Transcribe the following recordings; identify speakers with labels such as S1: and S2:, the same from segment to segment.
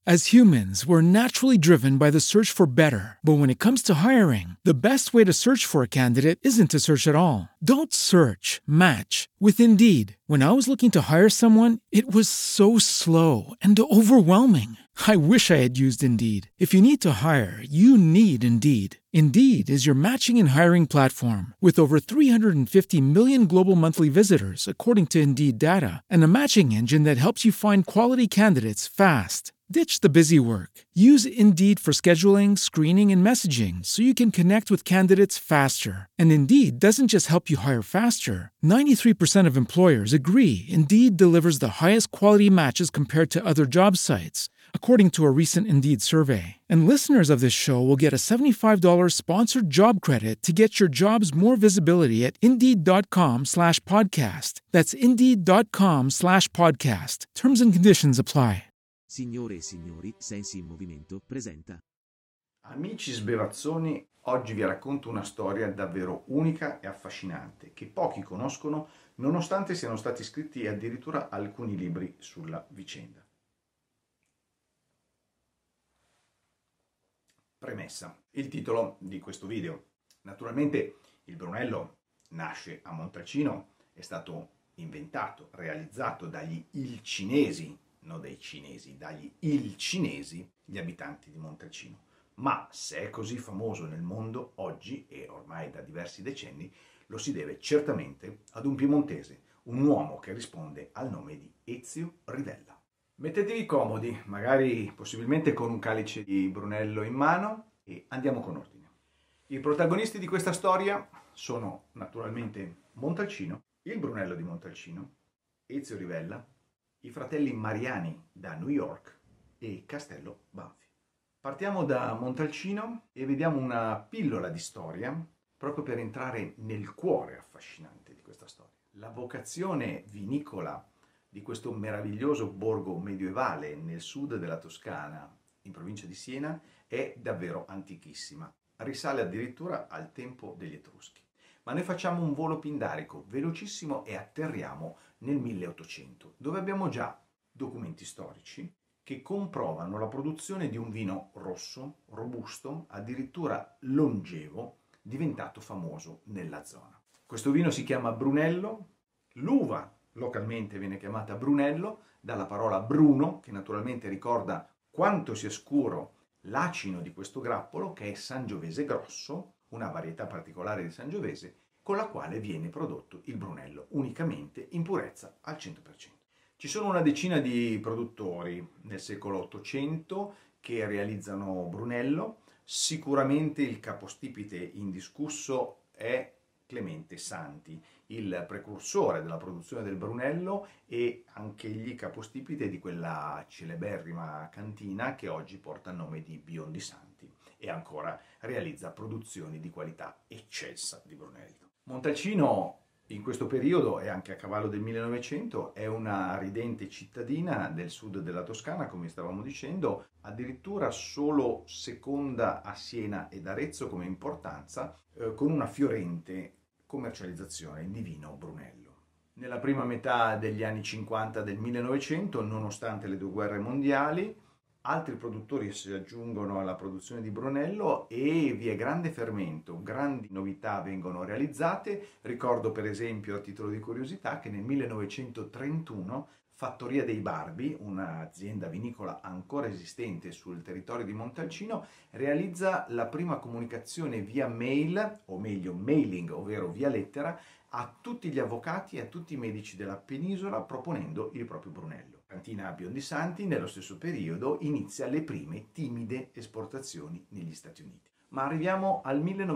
S1: As humans, we're naturally driven by the search for better. But when it comes to hiring, the best way to search for a candidate isn't to search at all. Don't search, match with Indeed. When I was looking to hire someone, it was so slow and overwhelming. I wish I had used Indeed. If you need to hire, you need Indeed. Indeed is your matching and hiring platform with over 350 million global monthly visitors, according to Indeed data, and a matching engine that helps you find quality candidates fast. Ditch the busy work. Use Indeed for scheduling, screening, and messaging so you can connect with candidates faster. And Indeed doesn't just help you hire faster. 93% of employers agree Indeed delivers the highest quality matches compared to other job sites, according to a recent Indeed survey. And listeners of this show will get a $75 sponsored job credit to get your jobs more visibility at Indeed.com/podcast. That's Indeed.com/podcast. Terms and conditions apply.
S2: Signore e signori, Sensi in Movimento presenta.
S3: Amici sbevazzoni, oggi vi racconto una storia davvero unica e affascinante che pochi conoscono, nonostante siano stati scritti addirittura alcuni libri sulla vicenda. Premessa. Il titolo di questo video. Naturalmente il Brunello nasce a Montalcino, è stato inventato, realizzato dagli ilcinesi, non dai cinesi, dagli ilcinesi, gli abitanti di Montalcino. Ma se è così famoso nel mondo oggi, e ormai da diversi decenni, lo si deve certamente ad un piemontese, un uomo che risponde al nome di Ezio Rivella. Mettetevi comodi, magari possibilmente con un calice di Brunello in mano, e andiamo con ordine. I protagonisti di questa storia sono naturalmente Montalcino, il Brunello di Montalcino, Ezio Rivella, i fratelli Mariani da New York e Castello Banfi. Partiamo da Montalcino e vediamo una pillola di storia proprio per entrare nel cuore affascinante di questa storia. La vocazione vinicola di questo meraviglioso borgo medievale nel sud della Toscana, in provincia di Siena, è davvero antichissima. Risale addirittura al tempo degli Etruschi. Ma noi facciamo un volo pindarico velocissimo e atterriamo nel 1800, dove abbiamo già documenti storici che comprovano la produzione di un vino rosso, robusto, addirittura longevo, diventato famoso nella zona. Questo vino si chiama Brunello, l'uva localmente viene chiamata Brunello, dalla parola Bruno, che naturalmente ricorda quanto sia scuro l'acino di questo grappolo, che è Sangiovese grosso, una varietà particolare di Sangiovese, con la quale viene prodotto il Brunello, unicamente in purezza al 100%. Ci sono una decina di produttori nel secolo 800 che realizzano Brunello. Sicuramente il capostipite indiscusso è Clemente Santi, il precursore della produzione del Brunello e anch'egli capostipite di quella celeberrima cantina che oggi porta il nome di Biondi Santi e ancora realizza produzioni di qualità eccelsa di Brunello. Montalcino in questo periodo e anche a cavallo del 1900 è una ridente cittadina del sud della Toscana, come stavamo dicendo, addirittura solo seconda a Siena ed Arezzo come importanza, con una fiorente commercializzazione di vino Brunello. Nella prima metà degli anni 50 del 1900, nonostante le due guerre mondiali, altri produttori si aggiungono alla produzione di Brunello e vi è grande fermento, grandi novità vengono realizzate. Ricordo per esempio, a titolo di curiosità, che nel 1931 Fattoria dei Barbi, un'azienda vinicola ancora esistente sul territorio di Montalcino, realizza la prima comunicazione via mail, o meglio mailing, ovvero via lettera, a tutti gli avvocati e a tutti i medici della penisola proponendo il proprio Brunello. Cantina Biondi Santi nello stesso periodo inizia le prime timide esportazioni negli Stati Uniti. Ma arriviamo al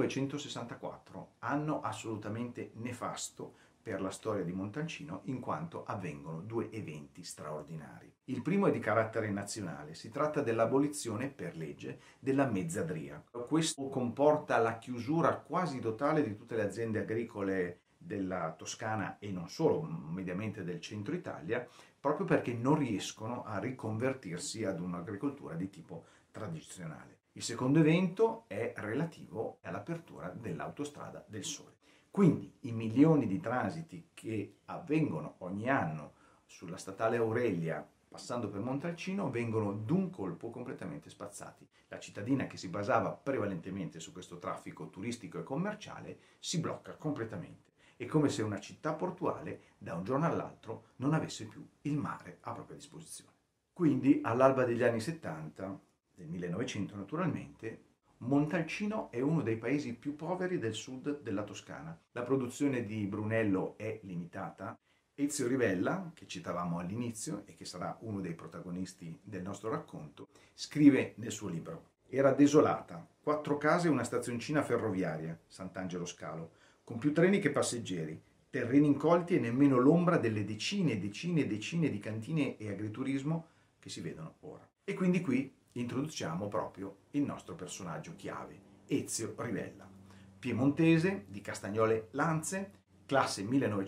S3: 1964, anno assolutamente nefasto per la storia di Montalcino, in quanto avvengono due eventi straordinari. Il primo è di carattere nazionale, si tratta dell'abolizione per legge della mezzadria. Questo comporta la chiusura quasi totale di tutte le aziende agricole della Toscana e non solo, mediamente del centro Italia, proprio perché non riescono a riconvertirsi ad un'agricoltura di tipo tradizionale. Il secondo evento è relativo all'apertura dell'Autostrada del Sole. Quindi i milioni di transiti che avvengono ogni anno sulla statale Aurelia passando per Montalcino, vengono d'un colpo completamente spazzati. La cittadina, che si basava prevalentemente su questo traffico turistico e commerciale, si blocca completamente. È come se una città portuale da un giorno all'altro non avesse più il mare a propria disposizione. Quindi, all'alba degli anni 70, del 1900 naturalmente, Montalcino è uno dei paesi più poveri del sud della Toscana. La produzione di Brunello è limitata. Ezio Rivella, che citavamo all'inizio e che sarà uno dei protagonisti del nostro racconto, scrive nel suo libro: era desolata, 4 case e una stazioncina ferroviaria, Sant'Angelo Scalo, con più treni che passeggeri, terreni incolti e nemmeno l'ombra delle decine e decine e decine di cantine e agriturismo che si vedono ora. E quindi qui introduciamo proprio il nostro personaggio chiave, Ezio Rivella, piemontese di Castagnole Lanze, classe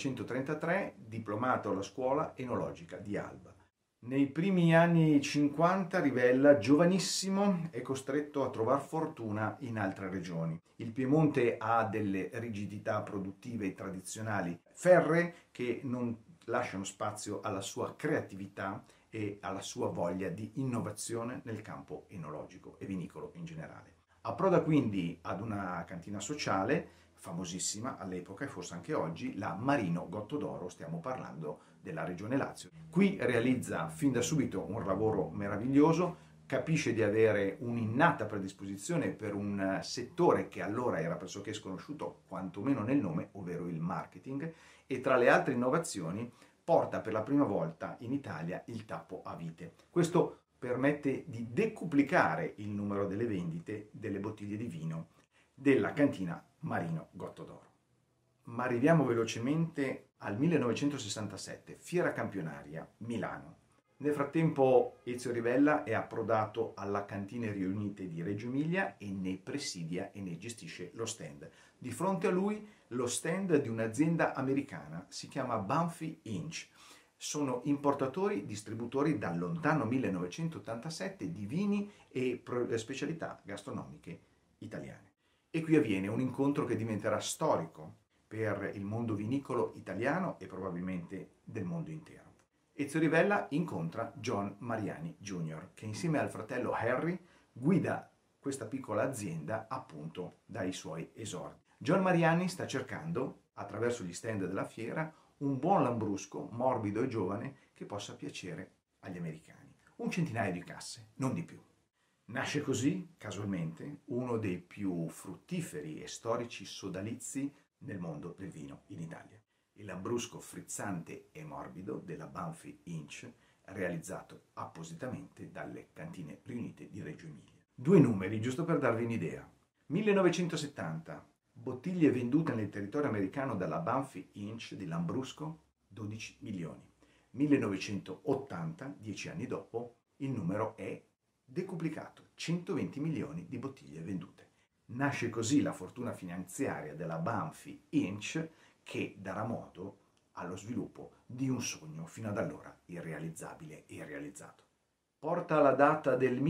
S3: 1933, diplomato alla scuola enologica di Alba. Nei primi anni 50 Rivella, giovanissimo, è costretto a trovar fortuna in altre regioni. Il Piemonte ha delle rigidità produttive tradizionali ferree che non lasciano spazio alla sua creatività e alla sua voglia di innovazione nel campo enologico e vinicolo in generale. Approda quindi ad una cantina sociale famosissima all'epoca e forse anche oggi, la Marino Gottodoro, stiamo parlando della regione Lazio. Qui realizza fin da subito un lavoro meraviglioso, capisce di avere un'innata predisposizione per un settore che allora era pressoché sconosciuto, quantomeno nel nome, ovvero il marketing, e tra le altre innovazioni porta per la prima volta in Italia il tappo a vite. Questo permette di decuplicare il numero delle vendite delle bottiglie di vino della cantina Marino Gottodoro. Ma arriviamo velocemente al 1967, Fiera Campionaria, Milano. Nel frattempo Ezio Rivella è approdato alla Cantine Riunite di Reggio Emilia e ne presidia e ne gestisce lo stand. Di fronte a lui lo stand di un'azienda americana, si chiama Banfi Inch. Sono importatori, distributori dal lontano 1987 di vini e specialità gastronomiche italiane. E qui avviene un incontro che diventerà storico per il mondo vinicolo italiano e probabilmente del mondo intero. Ezio Rivella incontra John Mariani Jr., che insieme al fratello Harry guida questa piccola azienda appunto dai suoi esordi. John Mariani sta cercando, attraverso gli stand della fiera, un buon lambrusco, morbido e giovane, che possa piacere agli americani. Un centinaio di casse, non di più. Nasce così, casualmente, uno dei più fruttiferi e storici sodalizi nel mondo del vino in Italia. Il lambrusco frizzante e morbido della Banfi Inch, realizzato appositamente dalle Cantine Riunite di Reggio Emilia. 2 numeri, giusto per darvi un'idea. 1970, bottiglie vendute nel territorio americano dalla Banfi Inch di lambrusco, 12 milioni. 1980, 10 anni dopo, il numero è decuplicato, 120 milioni di bottiglie vendute. Nasce così la fortuna finanziaria della Banfi Inch, che darà modo allo sviluppo di un sogno fino ad allora irrealizzabile e irrealizzato. Porta alla data del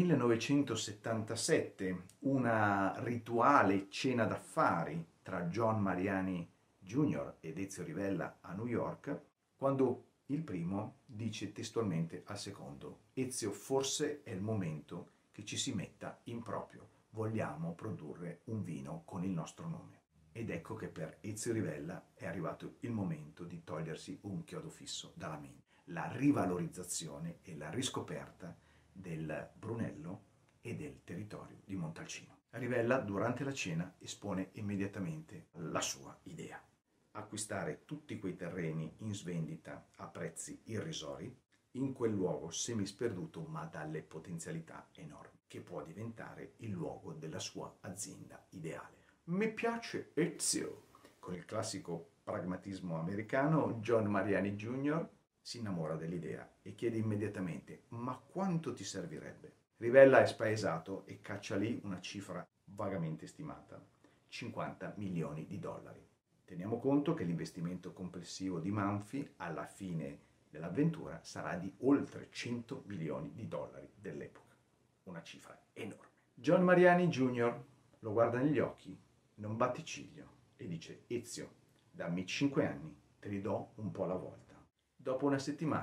S3: 1977 una rituale cena d'affari tra John Mariani Jr. ed Ezio Rivella a New York, quando il primo dice testualmente al secondo: Ezio, forse è il momento che ci si metta in proprio, vogliamo produrre un vino con il nostro nome. Ed ecco che per Ezio Rivella è arrivato il momento di togliersi un chiodo fisso dalla mente. La rivalorizzazione e la riscoperta del Brunello e del territorio di Montalcino. Rivella, durante la cena, espone immediatamente la sua idea: acquistare tutti quei terreni in svendita a prezzi irrisori in quel luogo semisperduto ma dalle potenzialità enormi, che può diventare il luogo della sua azienda ideale. Mi piace Ezio. Con il classico pragmatismo americano, John Mariani Jr. si innamora dell'idea e chiede immediatamente: ma quanto ti servirebbe? Rivella è spaesato e caccia lì una cifra vagamente stimata: 50 milioni di dollari. Teniamo conto che l'investimento complessivo di Banfi alla fine dell'avventura sarà di oltre 100 milioni di dollari dell'epoca. Una cifra enorme. John Mariani Jr. lo guarda negli occhi, non batte ciglio e dice: Ezio, dammi 5 anni, te li do un po' alla volta. Dopo una settimana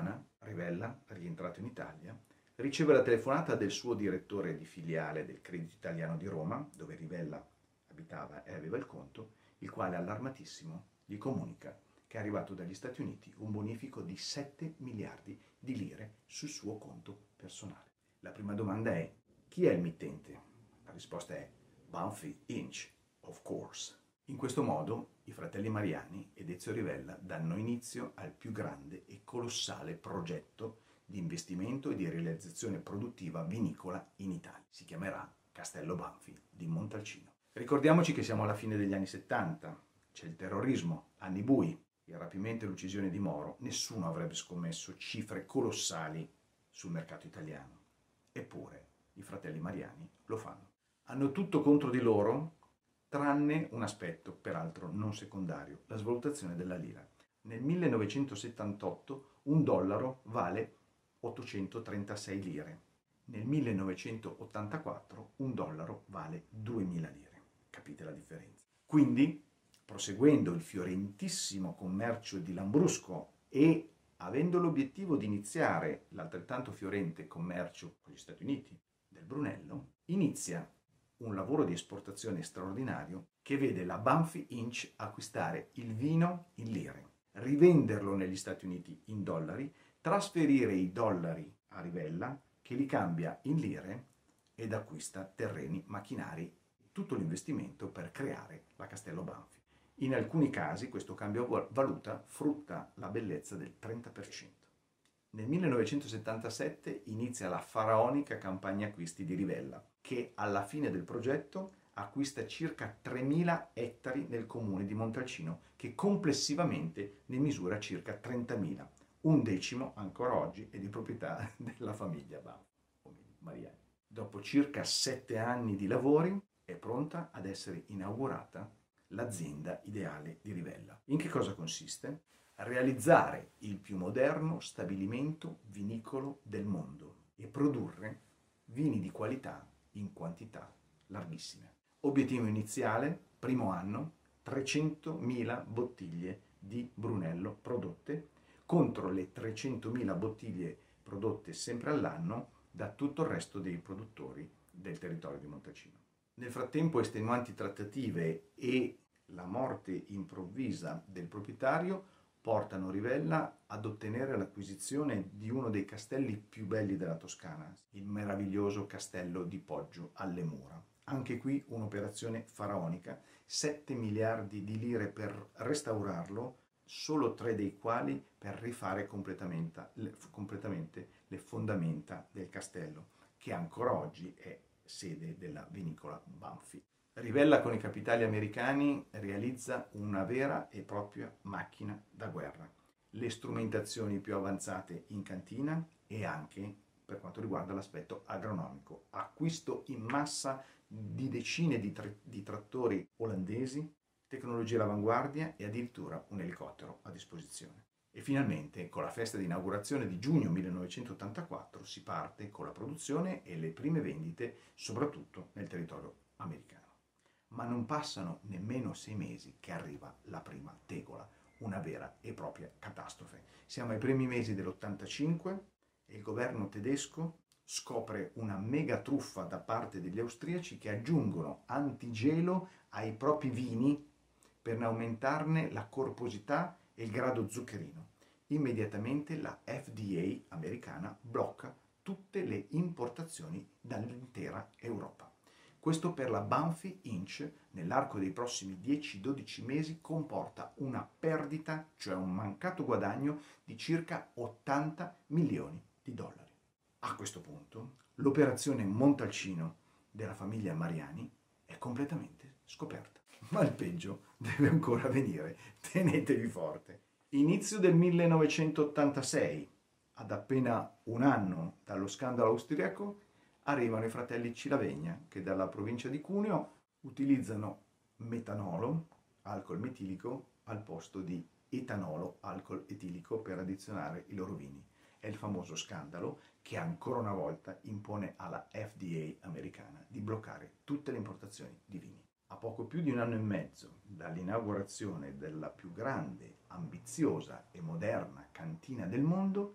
S3: Rivella, rientrato in Italia, riceve la telefonata del suo direttore di filiale del Credito Italiano di Roma, dove Rivella abitava e aveva il conto, il quale, allarmatissimo, gli comunica che è arrivato dagli Stati Uniti un bonifico di 7 miliardi di lire sul suo conto personale. La prima domanda è: chi è il mittente? La risposta è Banfi Inc., of course. In questo modo i fratelli Mariani ed Ezio Rivella danno inizio al più grande e colossale progetto di investimento e di realizzazione produttiva vinicola in Italia. Si chiamerà Castello Banfi di Montalcino. Ricordiamoci che siamo alla fine degli anni 70, c'è il terrorismo, anni bui, il rapimento e l'uccisione di Moro. Nessuno avrebbe scommesso cifre colossali sul mercato italiano. Eppure i fratelli Mariani lo fanno. Hanno tutto contro di loro, tranne un aspetto, peraltro non secondario, la svalutazione della lira. Nel 1978 un dollaro vale 836 lire. Nel 1984 un dollaro vale 2000 lire. Capite la differenza? Quindi, proseguendo il fiorentissimo commercio di Lambrusco e avendo l'obiettivo di iniziare l'altrettanto fiorente commercio con gli Stati Uniti del Brunello, inizia un lavoro di esportazione straordinario che vede la Banfi Inc. acquistare il vino in lire, rivenderlo negli Stati Uniti in dollari, trasferire i dollari a Rivella che li cambia in lire ed acquista terreni, macchinari, tutto l'investimento per creare la Castello Banfi. In alcuni casi questo cambio valuta frutta la bellezza del 30%. Nel 1977 inizia la faraonica campagna acquisti di Rivella, che alla fine del progetto acquista circa 3.000 ettari nel comune di Montalcino, che complessivamente ne misura circa 30.000. Un decimo, ancora oggi, è di proprietà della famiglia Mariani. Dopo circa 7 anni di lavori è pronta ad essere inaugurata l'azienda ideale di Rivella. In che cosa consiste? Realizzare il più moderno stabilimento vinicolo del mondo e produrre vini di qualità in quantità larghissime. Obiettivo iniziale, primo anno, 300.000 bottiglie di Brunello prodotte contro le 300.000 bottiglie prodotte sempre all'anno da tutto il resto dei produttori del territorio di Montalcino. Nel frattempo estenuanti trattative e la morte improvvisa del proprietario portano Rivella ad ottenere l'acquisizione di uno dei castelli più belli della Toscana, il meraviglioso castello di Poggio alle Mura. Anche qui un'operazione faraonica, 7 miliardi di lire per restaurarlo, solo 3 dei quali per rifare completamente le fondamenta del castello, che ancora oggi è sede della vinicola Banfi. Rivella con i capitali americani realizza una vera e propria macchina da guerra. Le strumentazioni più avanzate in cantina e anche per quanto riguarda l'aspetto agronomico. Acquisto in massa di decine di trattori olandesi, tecnologia all'avanguardia e addirittura un elicottero a disposizione. E finalmente, con la festa di inaugurazione di giugno 1984, si parte con la produzione e le prime vendite, soprattutto nel territorio americano. Ma non passano nemmeno 6 mesi che arriva la prima tegola, una vera e propria catastrofe. Siamo ai primi mesi dell'85 e il governo tedesco scopre una mega truffa da parte degli austriaci che aggiungono antigelo ai propri vini per aumentarne la corposità e il grado zuccherino. Immediatamente la FDA americana blocca tutte le importazioni dall'intera Europa. Questo per la Banfi Inc. nell'arco dei prossimi 10-12 mesi comporta una perdita, cioè un mancato guadagno di circa 80 milioni di dollari. A questo punto l'operazione Montalcino della famiglia Mariani è completamente scoperta. Ma il peggio deve ancora venire, tenetevi forte. Inizio del 1986, ad appena un anno dallo scandalo austriaco, arrivano i fratelli Cilavegna che dalla provincia di Cuneo utilizzano metanolo, alcol metilico, al posto di etanolo, alcol etilico, per addizionare i loro vini. È il famoso scandalo che ancora una volta impone alla FDA americana di bloccare tutte le importazioni di vini. A poco più di un anno e mezzo dall'inaugurazione della più grande, ambiziosa e moderna cantina del mondo,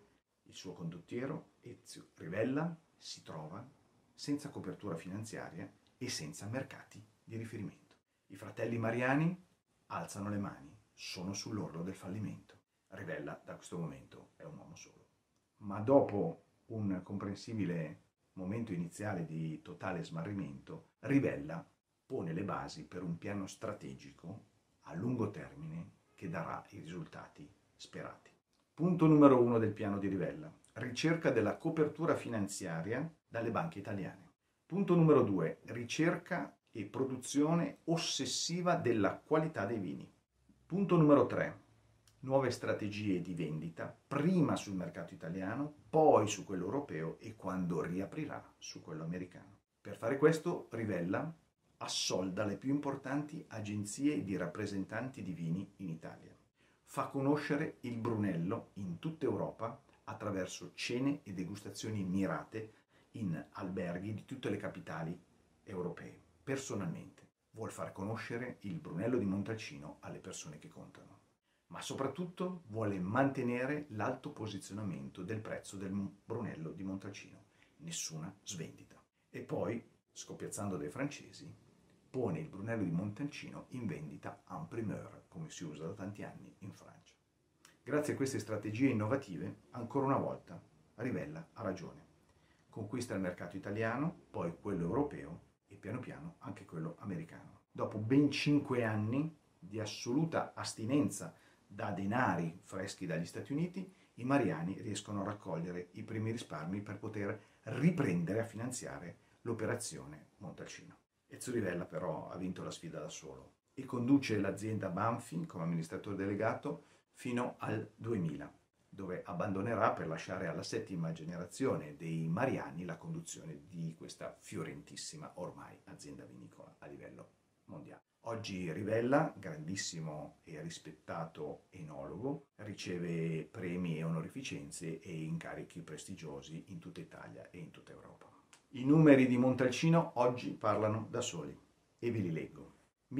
S3: Il suo condottiero, Ezio Rivella, si trova senza copertura finanziaria e senza mercati di riferimento. I fratelli Mariani alzano le mani, sono sull'orlo del fallimento. Rivella da questo momento è un uomo solo. Ma dopo un comprensibile momento iniziale di totale smarrimento, Rivella pone le basi per un piano strategico a lungo termine che darà i risultati sperati. Punto numero 1 del piano di Rivella: ricerca della copertura finanziaria dalle banche italiane. Punto numero 2: ricerca e produzione ossessiva della qualità dei vini. Punto numero 3: nuove strategie di vendita, prima sul mercato italiano, poi su quello europeo e quando riaprirà su quello americano. Per fare questo, Rivella assolda le più importanti agenzie di rappresentanti di vini in Italia. Fa conoscere il Brunello in tutta Europa attraverso cene e degustazioni mirate in alberghi di tutte le capitali europee. Personalmente vuol far conoscere il Brunello di Montalcino alle persone che contano, ma soprattutto vuole mantenere l'alto posizionamento del prezzo del Brunello di Montalcino, nessuna svendita. E poi, scopiazzando dai francesi, pone il Brunello di Montalcino in vendita en primeur, come si usa da tanti anni in Francia. Grazie a queste strategie innovative, ancora una volta, Rivella ha ragione. Conquista il mercato italiano, poi quello europeo e piano piano anche quello americano. Dopo ben 5 anni di assoluta astinenza da denari freschi dagli Stati Uniti, i Mariani riescono a raccogliere i primi risparmi per poter riprendere a finanziare l'operazione Montalcino. Ezio Rivella però ha vinto la sfida da solo e conduce l'azienda Banfi come amministratore delegato fino al 2000, dove abbandonerà per lasciare alla 7ª generazione dei Mariani la conduzione di questa fiorentissima ormai azienda vinicola a livello mondiale. Oggi Rivella, grandissimo e rispettato enologo, riceve premi e onorificenze e incarichi prestigiosi in tutta Italia e in tutta Europa. I numeri di Montalcino oggi parlano da soli e ve li leggo.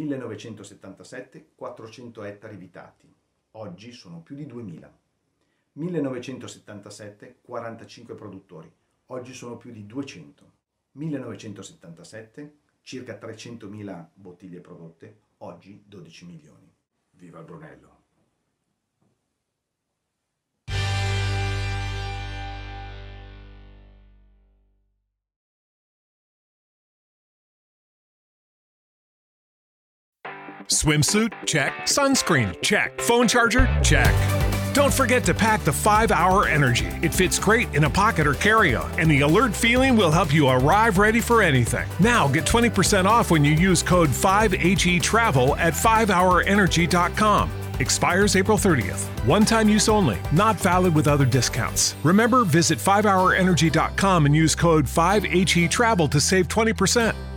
S3: 1977, 400 ettari vitati, oggi sono più di 2000. 1977, 45 produttori, oggi sono più di 200. 1977, circa 300.000 bottiglie prodotte, oggi 12 milioni. Viva il Brunello!
S4: Swimsuit? Check. Sunscreen? Check. Phone charger? Check. Don't forget to pack the 5-Hour Energy. It fits great in a pocket or carry-on, and the alert feeling will help you arrive ready for anything. Now get 20% off when you use code 5HETRAVEL at 5hourenergy.com. Expires April 30th. One-time use only. Not valid with other discounts. Remember, visit 5hourenergy.com and use code 5HETRAVEL to save 20%.